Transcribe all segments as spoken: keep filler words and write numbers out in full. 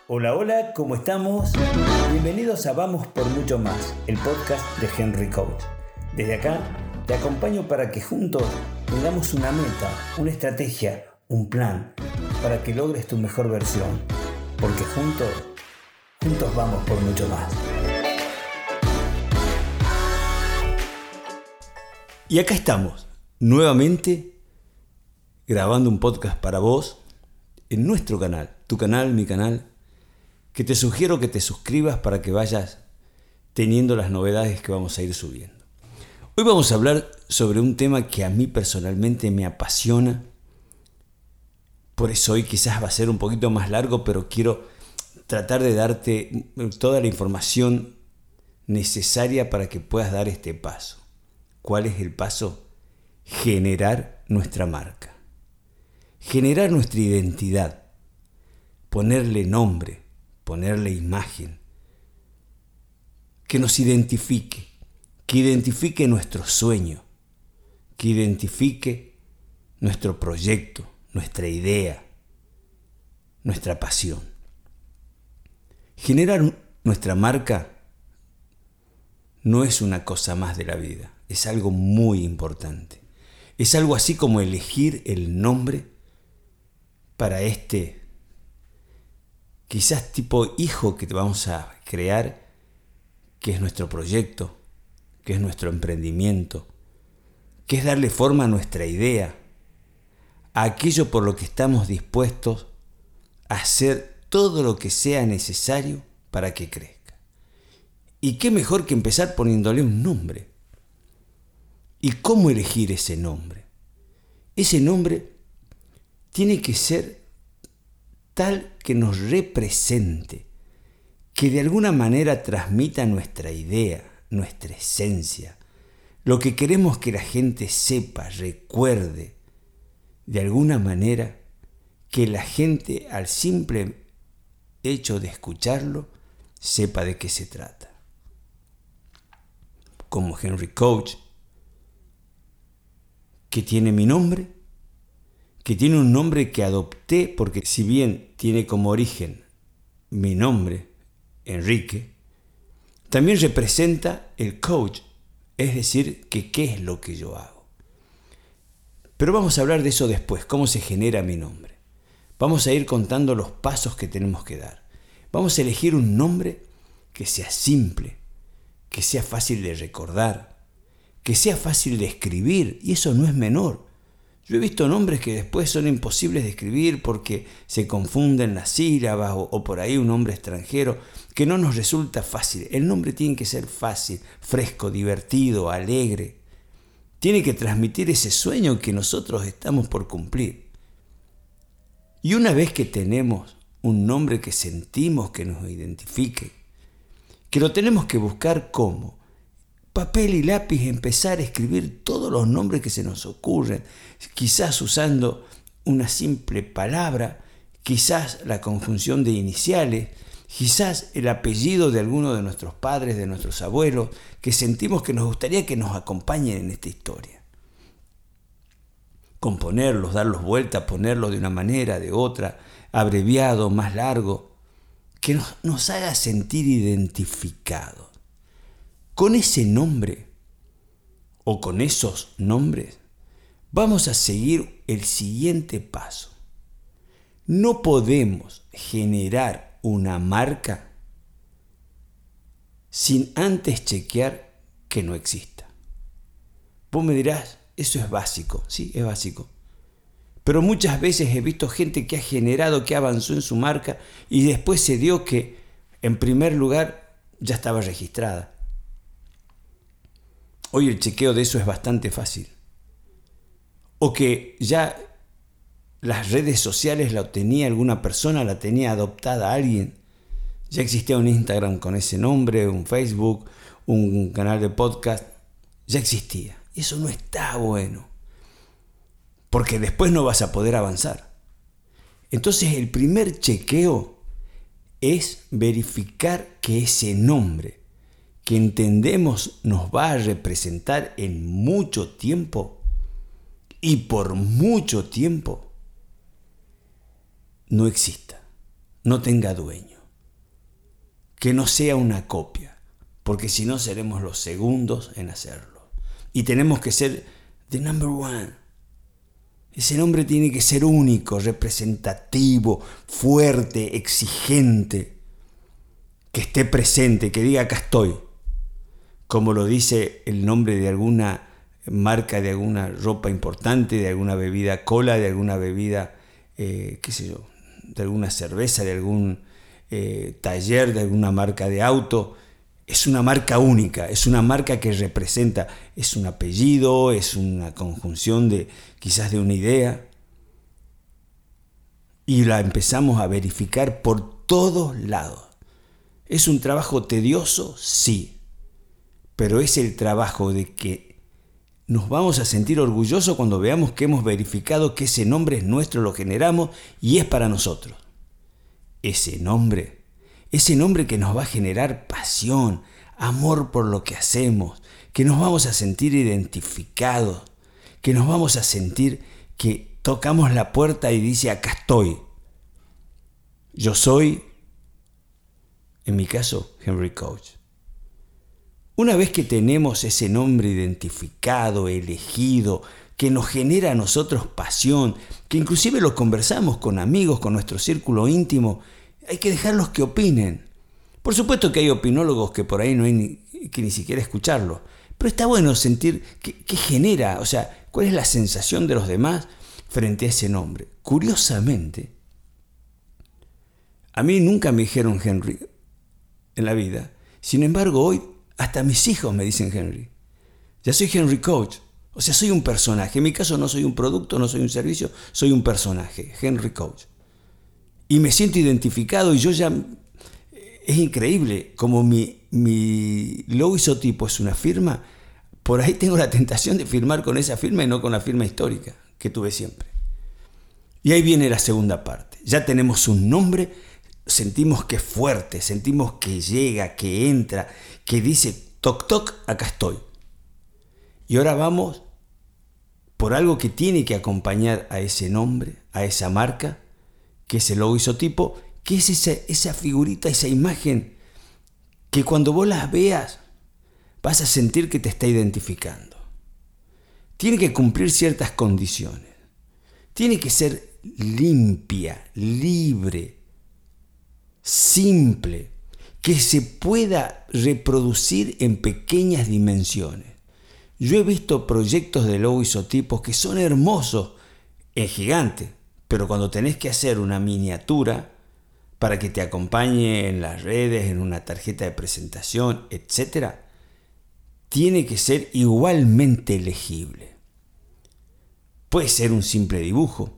Hola, hola, ¿cómo estamos? Bienvenidos a Vamos por Mucho Más, el podcast de Henry Coach. Desde acá te acompaño para que juntos tengamos una meta, una estrategia, un plan, para que logres tu mejor versión. Porque juntos, juntos vamos por mucho más. Y acá estamos, nuevamente, grabando un podcast para vos, en nuestro canal, tu canal, mi canal, que te sugiero que te suscribas para que vayas teniendo las novedades que vamos a ir subiendo. Hoy vamos a hablar sobre un tema que a mí personalmente me apasiona, por eso hoy quizás va a ser un poquito más largo, pero quiero tratar de darte toda la información necesaria para que puedas dar este paso. ¿Cuál es el paso? Generar nuestra marca. Generar nuestra identidad. Ponerle nombre, ponerle imagen. Que nos identifique. Que identifique nuestro sueño. Que identifique nuestro proyecto, nuestra idea, nuestra pasión. Generar nuestra marca no es una cosa más de la vida. Es algo muy importante. Es algo así como elegir el nombre para este, quizás tipo hijo que te vamos a crear, que es nuestro proyecto, que es nuestro emprendimiento, que es darle forma a nuestra idea, a aquello por lo que estamos dispuestos a hacer todo lo que sea necesario para que crezca. Y qué mejor que empezar poniéndole un nombre. ¿Y cómo elegir ese nombre? Ese nombre tiene que ser tal que nos represente, que de alguna manera transmita nuestra idea, nuestra esencia, lo que queremos que la gente sepa, recuerde, de alguna manera que la gente al simple hecho de escucharlo sepa de qué se trata. Como Henry Coach, que tiene mi nombre, que tiene un nombre que adopté, porque si bien tiene como origen mi nombre, Enrique, también representa el coach, es decir, que qué es lo que yo hago. Pero vamos a hablar de eso después, cómo se genera mi nombre. Vamos a ir contando los pasos que tenemos que dar. Vamos a elegir un nombre que sea simple, que sea fácil de recordar, que sea fácil de escribir, y eso no es menor. Yo he visto nombres que después son imposibles de escribir porque se confunden las sílabas o, o por ahí un nombre extranjero que no nos resulta fácil. El nombre tiene que ser fácil, fresco, divertido, alegre. Tiene que transmitir ese sueño que nosotros estamos por cumplir. Y una vez que tenemos un nombre que sentimos que nos identifique, que lo tenemos que buscar como papel y lápiz, empezar a escribir todos los nombres que se nos ocurren, quizás usando una simple palabra, quizás la conjunción de iniciales, quizás el apellido de alguno de nuestros padres, de nuestros abuelos, que sentimos que nos gustaría que nos acompañen en esta historia. Componerlos, darlos vuelta, ponerlos de una manera, de otra, abreviado, más largo, que nos, nos haga sentir identificados. Con ese nombre o con esos nombres vamos a seguir el siguiente paso. No podemos generar una marca sin antes chequear que no exista. Vos me dirás, eso es básico. Sí, es básico. Pero muchas veces he visto gente que ha generado, que avanzó en su marca y después se dio que, en primer lugar, ya estaba registrada. Hoy el chequeo de eso es bastante fácil. O que ya las redes sociales la tenía alguna persona, la tenía adoptada alguien. Ya existía un Instagram con ese nombre, un Facebook, un canal de podcast. Ya existía. Eso no está bueno. Porque después no vas a poder avanzar. Entonces el primer chequeo es verificar que ese nombre que entendemos nos va a representar en mucho tiempo y por mucho tiempo no exista, no tenga dueño. que no sea una copia, porque si no seremos los segundos en hacerlo. Y tenemos que ser the number one. Ese nombre tiene que ser único, representativo, fuerte, exigente, que esté presente, que diga acá estoy, como lo dice el nombre de alguna marca, de alguna ropa importante, de alguna bebida cola, de alguna bebida, eh, qué sé yo, de alguna cerveza, de algún eh, taller, de alguna marca de auto. Es una marca única, es una marca que representa, es un apellido, es una conjunción de quizás de una idea. Y la empezamos a verificar por todos lados. ¿Es un trabajo tedioso? Sí. Pero es el trabajo de que nos vamos a sentir orgullosos cuando veamos que hemos verificado que ese nombre es nuestro, lo generamos y es para nosotros. Ese nombre, ese nombre que nos va a generar pasión, amor por lo que hacemos, que nos vamos a sentir identificados, que nos vamos a sentir que tocamos la puerta y dice, acá estoy. Yo soy, en mi caso, Henry Coach. Una vez que tenemos ese nombre identificado, elegido, que nos genera a nosotros pasión, que inclusive lo conversamos con amigos, con nuestro círculo íntimo, hay que dejarlos que opinen. Por supuesto que hay opinólogos que por ahí no hay ni, que ni siquiera escucharlo, pero está bueno sentir qué, qué genera, o sea, cuál es la sensación de los demás frente a ese nombre. Curiosamente, a mí nunca me dijeron Henry en la vida, sin embargo hoy hasta mis hijos me dicen Henry. Ya soy Henry Coach. O sea, soy un personaje. En mi caso no soy un producto, no soy un servicio, soy un personaje, Henry Coach. Y me siento identificado y yo ya... Es increíble, como mi, mi logo isotipo es una firma, por ahí tengo la tentación de firmar con esa firma y no con la firma histórica que tuve siempre. Y ahí viene la segunda parte. Ya tenemos un nombre, sentimos que es fuerte, sentimos que llega, que entra, que dice, toc toc, acá estoy. Y ahora vamos por algo que tiene que acompañar a ese nombre, a esa marca, que es el logo isotipo, que es esa, esa figurita, esa imagen, que cuando vos las veas vas a sentir que te está identificando. Tiene que cumplir ciertas condiciones. Tiene que ser limpia, libre, simple, que se pueda reproducir en pequeñas dimensiones. Yo he visto proyectos de logo isotipos que son hermosos en gigante, pero cuando tenés que hacer una miniatura para que te acompañe en las redes, en una tarjeta de presentación, etcétera, tiene que ser igualmente legible. Puede ser un simple dibujo.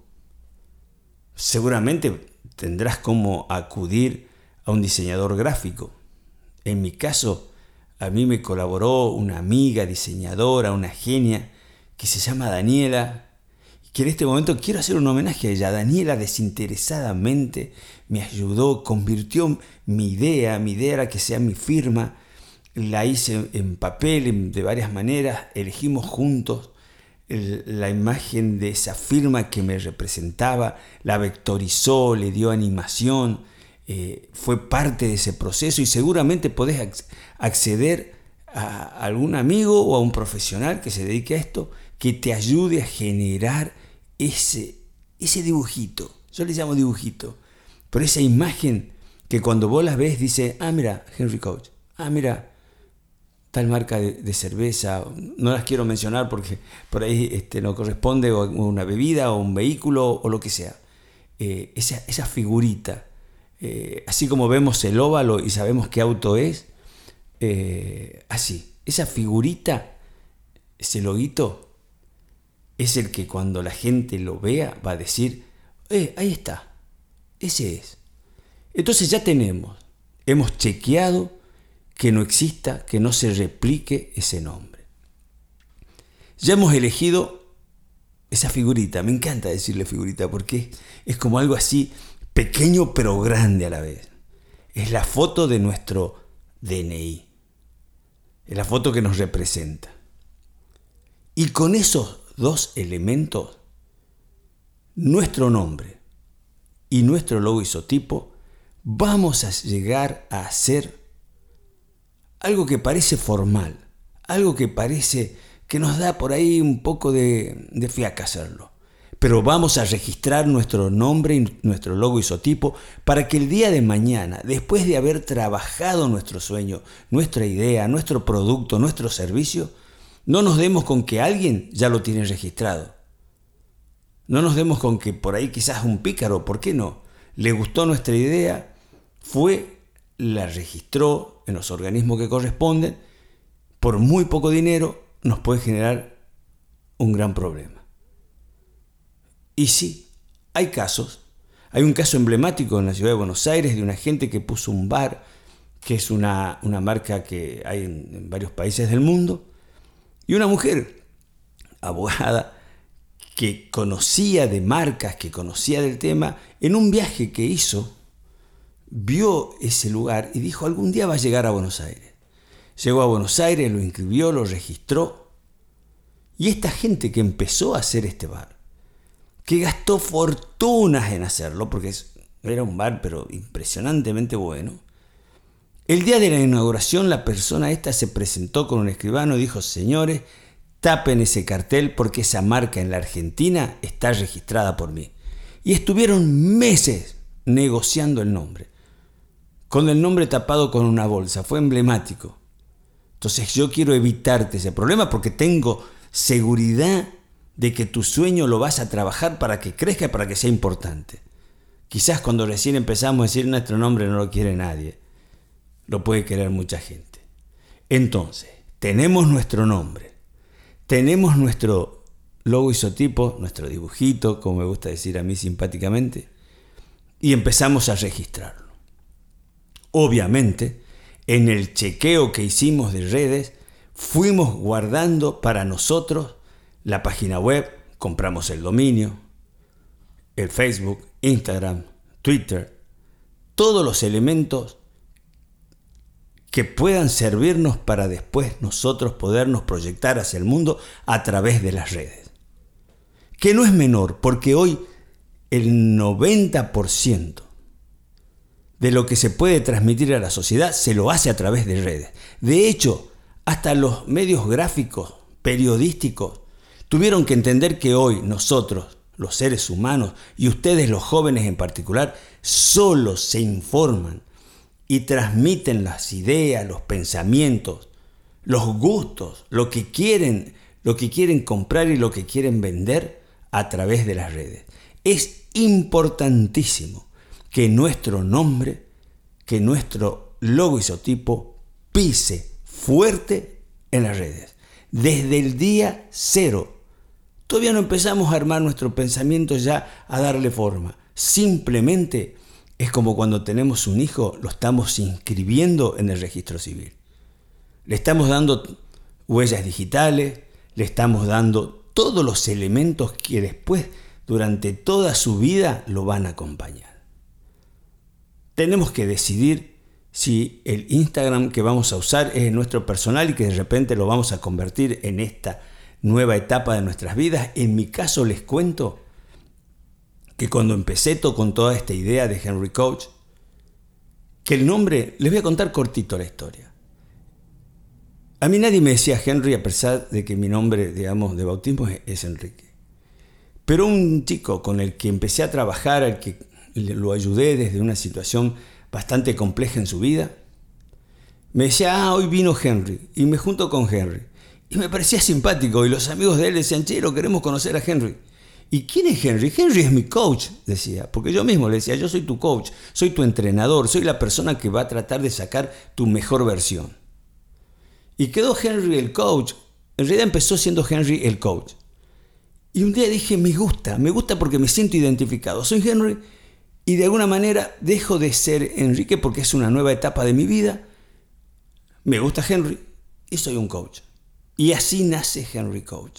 Seguramente tendrás como acudir a un diseñador gráfico. En mi caso, a mí me colaboró una amiga diseñadora, una genia, que se llama Daniela, que en este momento quiero hacer un homenaje a ella. Daniela desinteresadamente me ayudó, convirtió mi idea, mi idea era que sea mi firma, la hice en papel de varias maneras, elegimos juntos la imagen de esa firma que me representaba, la vectorizó, le dio animación, eh, fue parte de ese proceso y seguramente podés acceder a algún amigo o a un profesional que se dedique a esto, que te ayude a generar ese, ese dibujito. Yo le llamo dibujito, pero esa imagen que cuando vos la ves dice, ah, mira, Henry Coach, ah, mira, tal marca de, de cerveza, no las quiero mencionar porque por ahí este, no corresponde, o una bebida o un vehículo o lo que sea. Eh, esa, esa figurita, eh, así como vemos el óvalo y sabemos qué auto es, eh, así, esa figurita, ese loguito, es el que cuando la gente lo vea va a decir, eh, ahí está, ese es. Entonces ya tenemos, hemos chequeado que no exista, que no se replique ese nombre. Ya hemos elegido esa figurita, me encanta decirle figurita porque es como algo así pequeño pero grande a la vez. Es la foto de nuestro D N I, es la foto que nos representa. Y con esos dos elementos, nuestro nombre y nuestro logo isotipo, vamos a llegar a ser algo que parece formal, algo que parece que nos da por ahí un poco de, de fiaca hacerlo. Pero vamos a registrar nuestro nombre y nuestro logo isotipo para que el día de mañana, después de haber trabajado nuestro sueño, nuestra idea, nuestro producto, nuestro servicio, no nos demos con que alguien ya lo tiene registrado. No nos demos con que por ahí quizás un pícaro, ¿por qué no? Le gustó nuestra idea, fue, la registró en los organismos que corresponden, por muy poco dinero nos puede generar un gran problema. Y sí, hay casos. Hay un caso emblemático en la ciudad de Buenos Aires de una gente que puso un bar, que es una, una marca que hay en, en varios países del mundo, y una mujer, abogada, que conocía de marcas, que conocía del tema, en un viaje que hizo, vio ese lugar y dijo, algún día va a llegar a Buenos Aires. Llegó a Buenos Aires, lo inscribió, lo registró, y esta gente que empezó a hacer este bar, que gastó fortunas en hacerlo, porque era un bar pero impresionantemente bueno. El día de la inauguración la persona esta se presentó con un escribano y dijo, señores, tapen ese cartel porque esa marca en la Argentina está registrada por mí. Y estuvieron meses negociando el nombre, con el nombre tapado con una bolsa, fue emblemático. Entonces yo quiero evitarte ese problema porque tengo seguridad de que tu sueño lo vas a trabajar para que crezca y para que sea importante. Quizás cuando recién empezamos a decir nuestro nombre no lo quiere nadie, lo puede querer mucha gente. Entonces, tenemos nuestro nombre, tenemos nuestro logo isotipo, nuestro dibujito, como me gusta decir a mí simpáticamente, y empezamos a registrarlo. Obviamente, en el chequeo que hicimos de redes, fuimos guardando para nosotros la página web, compramos el dominio, el Facebook, Instagram, Twitter, todos los elementos que puedan servirnos para después nosotros podernos proyectar hacia el mundo a través de las redes. Que no es menor, porque hoy el noventa por ciento de lo que se puede transmitir a la sociedad se lo hace a través de redes. De hecho, hasta los medios gráficos, periodísticos, tuvieron que entender que hoy nosotros, los seres humanos, y ustedes los jóvenes en particular, solo se informan y transmiten las ideas, los pensamientos, los gustos, lo que quieren, lo que quieren comprar y lo que quieren vender a través de las redes. Es importantísimo que nuestro nombre, que nuestro logo isotipo pise fuerte en las redes. Desde el día cero. Todavía no empezamos a armar nuestro pensamiento ya a darle forma. Simplemente es como cuando tenemos un hijo, lo estamos inscribiendo en el registro civil. Le estamos dando huellas digitales, le estamos dando todos los elementos que después, durante toda su vida, lo van a acompañar. Tenemos que decidir si el Instagram que vamos a usar es nuestro personal y que de repente lo vamos a convertir en esta nueva etapa de nuestras vidas. En mi caso les cuento que cuando empecé con toda esta idea de Henry Coach, que el nombre, les voy a contar cortito la historia. A mí nadie me decía Henry a pesar de que mi nombre, digamos, de bautismo es, es Enrique. Pero un chico con el que empecé a trabajar, al que lo ayudé desde una situación bastante compleja en su vida, me decía, ah, hoy vino Henry, y me junto con Henry. Y me parecía simpático, y los amigos de él decían, che, lo queremos conocer a Henry. ¿Y quién es Henry? Henry es mi coach, decía, porque yo mismo le decía, yo soy tu coach, soy tu entrenador, soy la persona que va a tratar de sacar tu mejor versión. Y quedó Henry el coach, en realidad empezó siendo Henry el coach. Y un día dije, me gusta, me gusta porque me siento identificado, soy Henry, y de alguna manera dejo de ser Enrique porque es una nueva etapa de mi vida, me gusta Henry y soy un coach. Y así nace Henry Coach.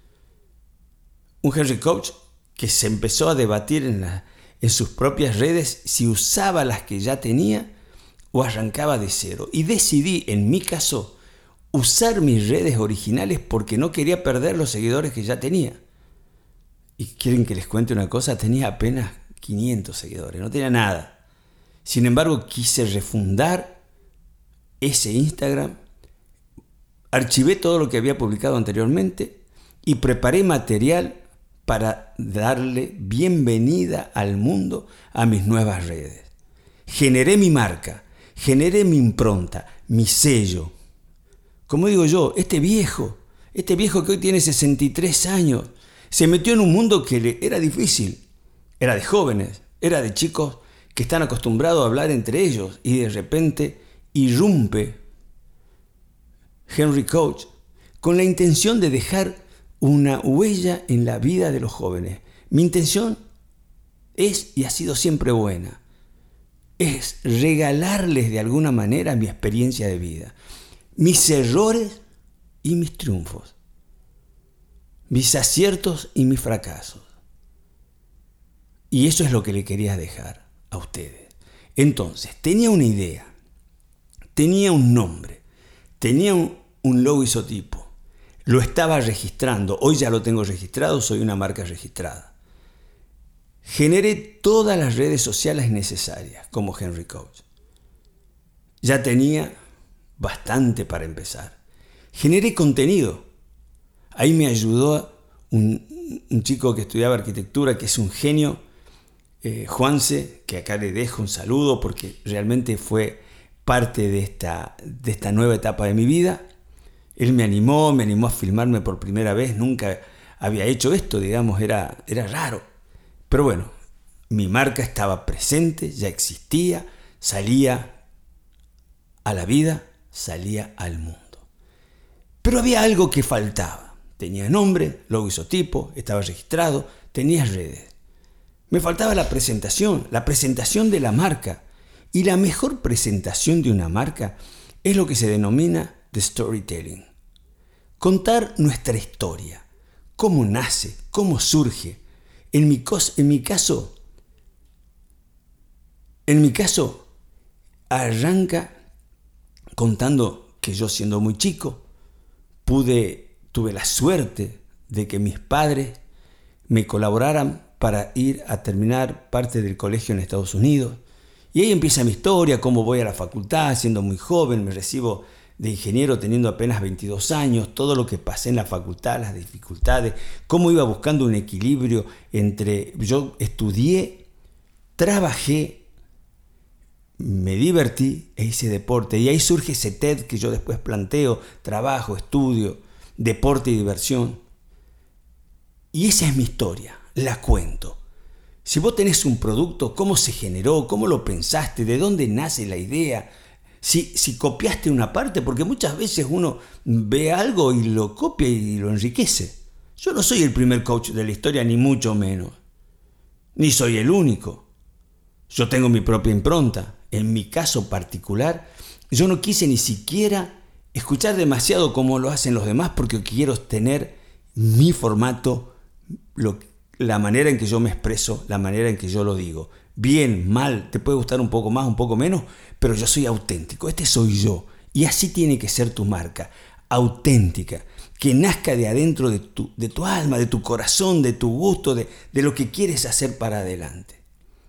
Un Henry Coach que se empezó a debatir en, la, en sus propias redes si usaba las que ya tenía o arrancaba de cero. Y decidí, en mi caso, usar mis redes originales porque no quería perder los seguidores que ya tenía. Y quieren que les cuente una cosa, tenía apenas quinientos seguidores, no tenía nada. Sin embargo, quise refundar ese Instagram, archivé todo lo que había publicado anteriormente y preparé material para darle bienvenida al mundo a mis nuevas redes. Generé mi marca, generé mi impronta, mi sello. Como digo yo, este viejo, este viejo que hoy tiene sesenta y tres años, se metió en un mundo que le era difícil. Era de jóvenes, era de chicos que están acostumbrados a hablar entre ellos y de repente irrumpe Henry Coach con la intención de dejar una huella en la vida de los jóvenes. Mi intención es y ha sido siempre buena. Es regalarles de alguna manera mi experiencia de vida, mis errores y mis triunfos, mis aciertos y mis fracasos. Y eso es lo que le quería dejar a ustedes. Entonces, tenía una idea, tenía un nombre, tenía un, un logo isotipo, lo estaba registrando, hoy ya lo tengo registrado, soy una marca registrada. Generé todas las redes sociales necesarias como Henry Coach. Ya tenía bastante para empezar. Generé contenido. Ahí me ayudó un, un chico que estudiaba arquitectura, que es un genio, eh, Juanse, que acá le dejo un saludo porque realmente fue parte de esta, de esta nueva etapa de mi vida. Él me animó, me animó a filmarme por primera vez. Nunca había hecho esto, digamos, era, era raro. Pero bueno, mi marca estaba presente, ya existía, salía a la vida, salía al mundo. Pero había algo que faltaba. Tenía nombre, logo isotipo, estaba registrado, tenía redes. Me faltaba la presentación, la presentación de la marca. Y la mejor presentación de una marca es lo que se denomina the storytelling. Contar nuestra historia, cómo nace, cómo surge. En mi, cos, en mi caso, en mi caso, arranca contando que yo siendo muy chico, pude, tuve la suerte de que mis padres me colaboraran para ir a terminar parte del colegio en Estados Unidos. Y ahí empieza mi historia, cómo voy a la facultad, siendo muy joven, me recibo de ingeniero teniendo apenas veintidós años, todo lo que pasé en la facultad, las dificultades, cómo iba buscando un equilibrio entre, yo estudié, trabajé, me divertí e hice deporte. Y ahí surge ese TED que yo después planteo, trabajo, estudio, deporte y diversión. Y esa es mi historia, la cuento. Si vos tenés un producto, ¿cómo se generó? ¿Cómo lo pensaste? ¿De dónde nace la idea? Si, si copiaste una parte, porque muchas veces uno ve algo y lo copia y lo enriquece. Yo no soy el primer coach de la historia, ni mucho menos. Ni soy el único. Yo tengo mi propia impronta. En mi caso particular, yo no quise ni siquiera escuchar demasiado cómo lo hacen los demás, porque quiero tener mi formato, lo, la manera en que yo me expreso, la manera en que yo lo digo. Bien, mal, te puede gustar un poco más, un poco menos, pero yo soy auténtico, este soy yo. Y así tiene que ser tu marca, auténtica, que nazca de adentro de tu, de tu alma, de tu corazón, de tu gusto, de, de lo que quieres hacer para adelante.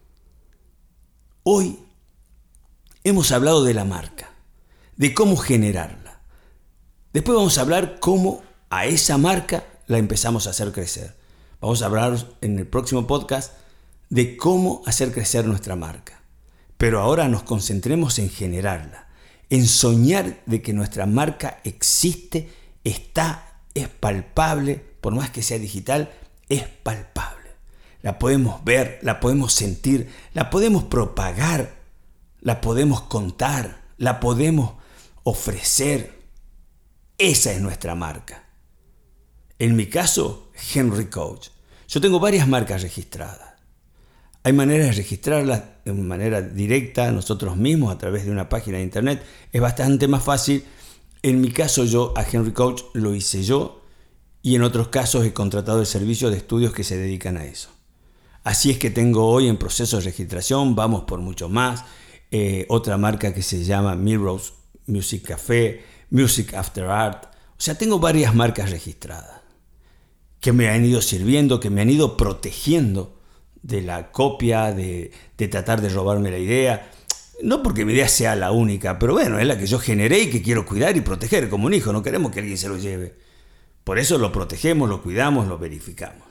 Hoy hemos hablado de la marca, de cómo generarla. Después vamos a hablar cómo a esa marca la empezamos a hacer crecer. Vamos a hablar en el próximo podcast de cómo hacer crecer nuestra marca. Pero ahora nos concentremos en generarla, en soñar de que nuestra marca existe, está, es palpable, por más que sea digital, es palpable. La podemos ver, la podemos sentir, la podemos propagar, la podemos contar, la podemos ofrecer. Esa es nuestra marca. En mi caso, Henry Coach. Yo tengo varias marcas registradas. Hay maneras de registrarlas de manera directa nosotros mismos a través de una página de internet. Es bastante más fácil. En mi caso, yo a Henry Coach lo hice yo y en otros casos he contratado el servicio de estudios que se dedican a eso. Así es que tengo hoy en proceso de registración, vamos por mucho más. Eh, otra marca que se llama Mirrors Music Café, Music After Art. O sea, tengo varias marcas registradas que me han ido sirviendo, que me han ido protegiendo de la copia, de, de tratar de robarme la idea. No porque mi idea sea la única, pero bueno, es la que yo generé y que quiero cuidar y proteger como un hijo. No queremos que alguien se lo lleve. Por eso lo protegemos, lo cuidamos, lo verificamos.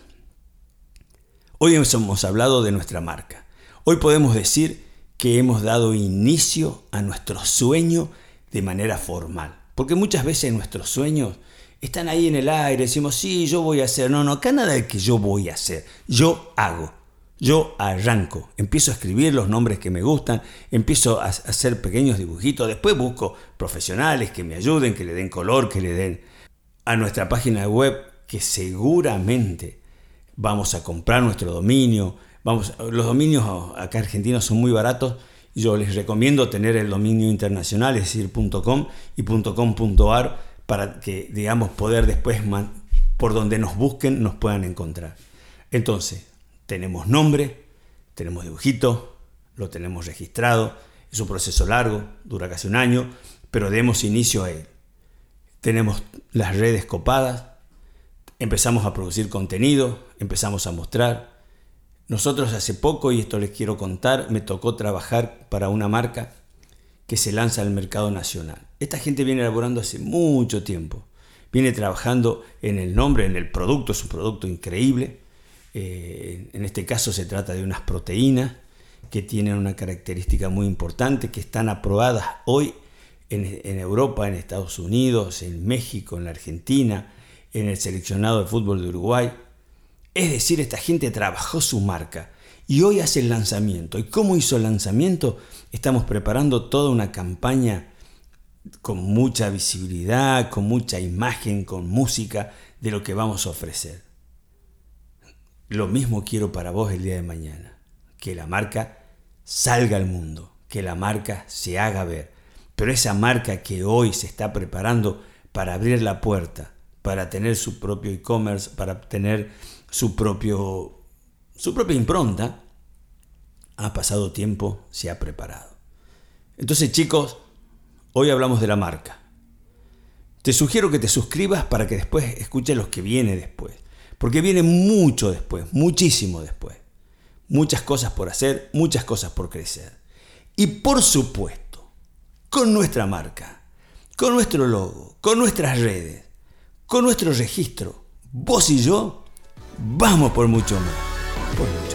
Hoy hemos hablado de nuestra marca. Hoy podemos decir que hemos dado inicio a nuestro sueño de manera formal. Porque muchas veces nuestros sueños están ahí en el aire. Decimos, sí, yo voy a hacer. No, no, acá nada de que yo voy a hacer. Yo hago. Yo arranco. Empiezo a escribir los nombres que me gustan. Empiezo a hacer pequeños dibujitos. Después busco profesionales que me ayuden, que le den color, que le den a nuestra página web, que seguramente vamos a comprar nuestro dominio. Vamos, los dominios acá argentinos son muy baratos. Yo les recomiendo tener el dominio internacional, es decir, .com y .com.ar, para que, digamos, poder después, man, por donde nos busquen, nos puedan encontrar. Entonces, tenemos nombre, tenemos dibujito, lo tenemos registrado. Es un proceso largo, dura casi un año, pero demos inicio a él. Tenemos las redes copadas, empezamos a producir contenido, empezamos a mostrar. Nosotros hace poco, y esto les quiero contar, me tocó trabajar para una marca que se lanza al mercado nacional. Esta gente viene elaborando hace mucho tiempo. Viene trabajando en el nombre, en el producto, es un producto increíble. Eh, en este caso se trata de unas proteínas que tienen una característica muy importante, que están aprobadas hoy en, en Europa, en Estados Unidos, en México, en la Argentina, en el seleccionado de fútbol de Uruguay. Es decir, esta gente trabajó su marca y hoy hace el lanzamiento. ¿Y cómo hizo el lanzamiento? Estamos preparando toda una campaña con mucha visibilidad, con mucha imagen, con música de lo que vamos a ofrecer. Lo mismo quiero para vos el día de mañana. Que la marca salga al mundo, que la marca se haga ver. Pero esa marca que hoy se está preparando para abrir la puerta, para tener su propio e-commerce, para tener su propio, su propia impronta, ha pasado tiempo, se ha preparado. Entonces, chicos, hoy hablamos de la marca. Te sugiero que te suscribas para que después escuches los que viene después. Porque viene mucho después, muchísimo después. Muchas cosas por hacer, muchas cosas por crecer. Y por supuesto, con nuestra marca, con nuestro logo, con nuestras redes, con nuestro registro, vos y yo, vamos por mucho más. Por